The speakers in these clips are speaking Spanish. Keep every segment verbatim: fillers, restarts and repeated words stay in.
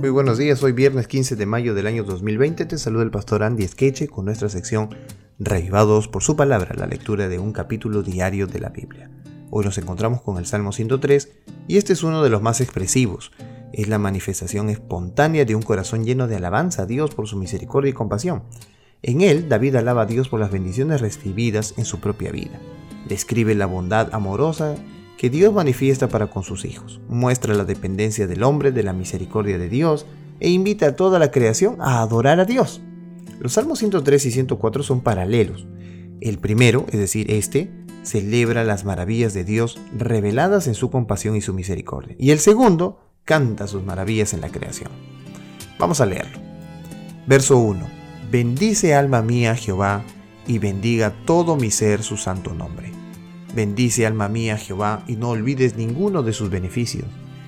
Muy buenos días, hoy viernes quince de mayo del año dos mil veinte, te saluda el pastor Andy Esqueche con nuestra sección Reavivados por su palabra, la lectura de un capítulo diario de la Biblia. Hoy nos encontramos con el Salmo ciento tres y este es uno de los más expresivos. Es la manifestación espontánea de un corazón lleno de alabanza a Dios por su misericordia y compasión. En él, David alaba a Dios por las bendiciones recibidas en su propia vida. Describe la bondad amorosa que Dios manifiesta para con sus hijos, muestra la dependencia del hombre de la misericordia de Dios e invita a toda la creación a adorar a Dios. Los Salmos ciento tres y ciento cuatro son paralelos. El primero, es decir, este, celebra las maravillas de Dios reveladas en su compasión y su misericordia. Y el segundo, canta sus maravillas en la creación. Vamos a leerlo. Verso uno. Bendice alma mía Jehová, y bendiga todo mi ser su santo nombre. Bendice alma mía Jehová, y no olvides ninguno de sus beneficios.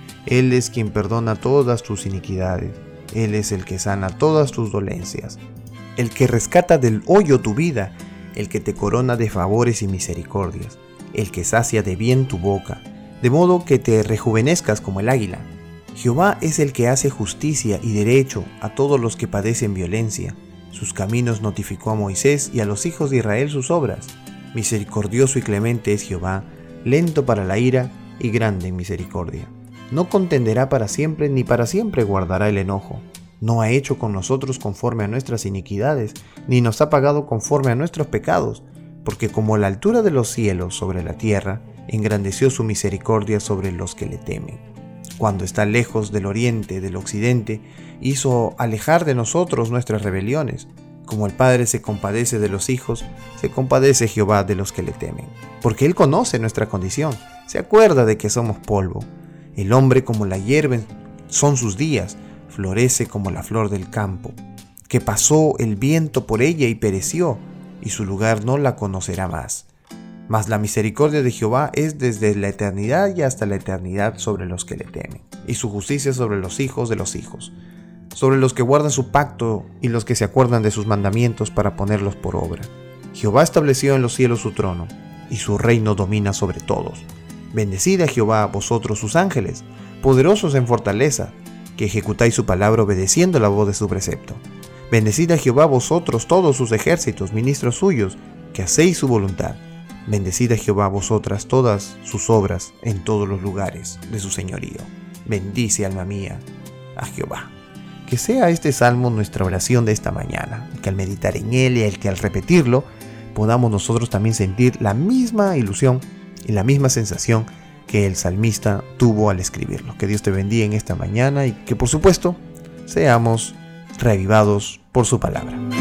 Él es quien perdona todas tus iniquidades. Él es el que sana todas tus dolencias. El que rescata del hoyo tu vida. El que te corona de favores y misericordias. El que sacia de bien tu boca, de modo que te rejuvenezcas como el águila. Jehová es el que hace justicia y derecho a todos los que padecen violencia. Sus caminos notificó a Moisés y a los hijos de Israel sus obras. Misericordioso y clemente es Jehová, lento para la ira y grande en misericordia. No contenderá para siempre, ni para siempre guardará el enojo. No ha hecho con nosotros conforme a nuestras iniquidades, ni nos ha pagado conforme a nuestros pecados, porque como la altura de los cielos sobre la tierra, engrandeció su misericordia sobre los que le temen. Cuando está lejos del oriente, del occidente, hizo alejar de nosotros nuestras rebeliones. Como el Padre se compadece de los hijos, se compadece Jehová de los que le temen. Porque Él conoce nuestra condición, se acuerda de que somos polvo. El hombre como la hierba son sus días, florece como la flor del campo. Que pasó el viento por ella y pereció, y su lugar no la conocerá más. Mas la misericordia de Jehová es desde la eternidad y hasta la eternidad sobre los que le temen, y su justicia sobre los hijos de los hijos, sobre los que guardan su pacto y los que se acuerdan de sus mandamientos para ponerlos por obra. Jehová estableció en los cielos su trono, y su reino domina sobre todos. Bendecid a Jehová vosotros sus ángeles, poderosos en fortaleza, que ejecutáis su palabra obedeciendo la voz de su precepto. Bendecid a Jehová vosotros todos sus ejércitos, ministros suyos, que hacéis su voluntad. Bendecid a Jehová vosotras todas sus obras en todos los lugares de su señorío. Bendice, alma mía, a Jehová. Que sea este salmo nuestra oración de esta mañana, que al meditar en él y el que al repetirlo podamos nosotros también sentir la misma ilusión y la misma sensación que el salmista tuvo al escribirlo. Que Dios te bendiga en esta mañana y que por supuesto seamos reavivados por su palabra.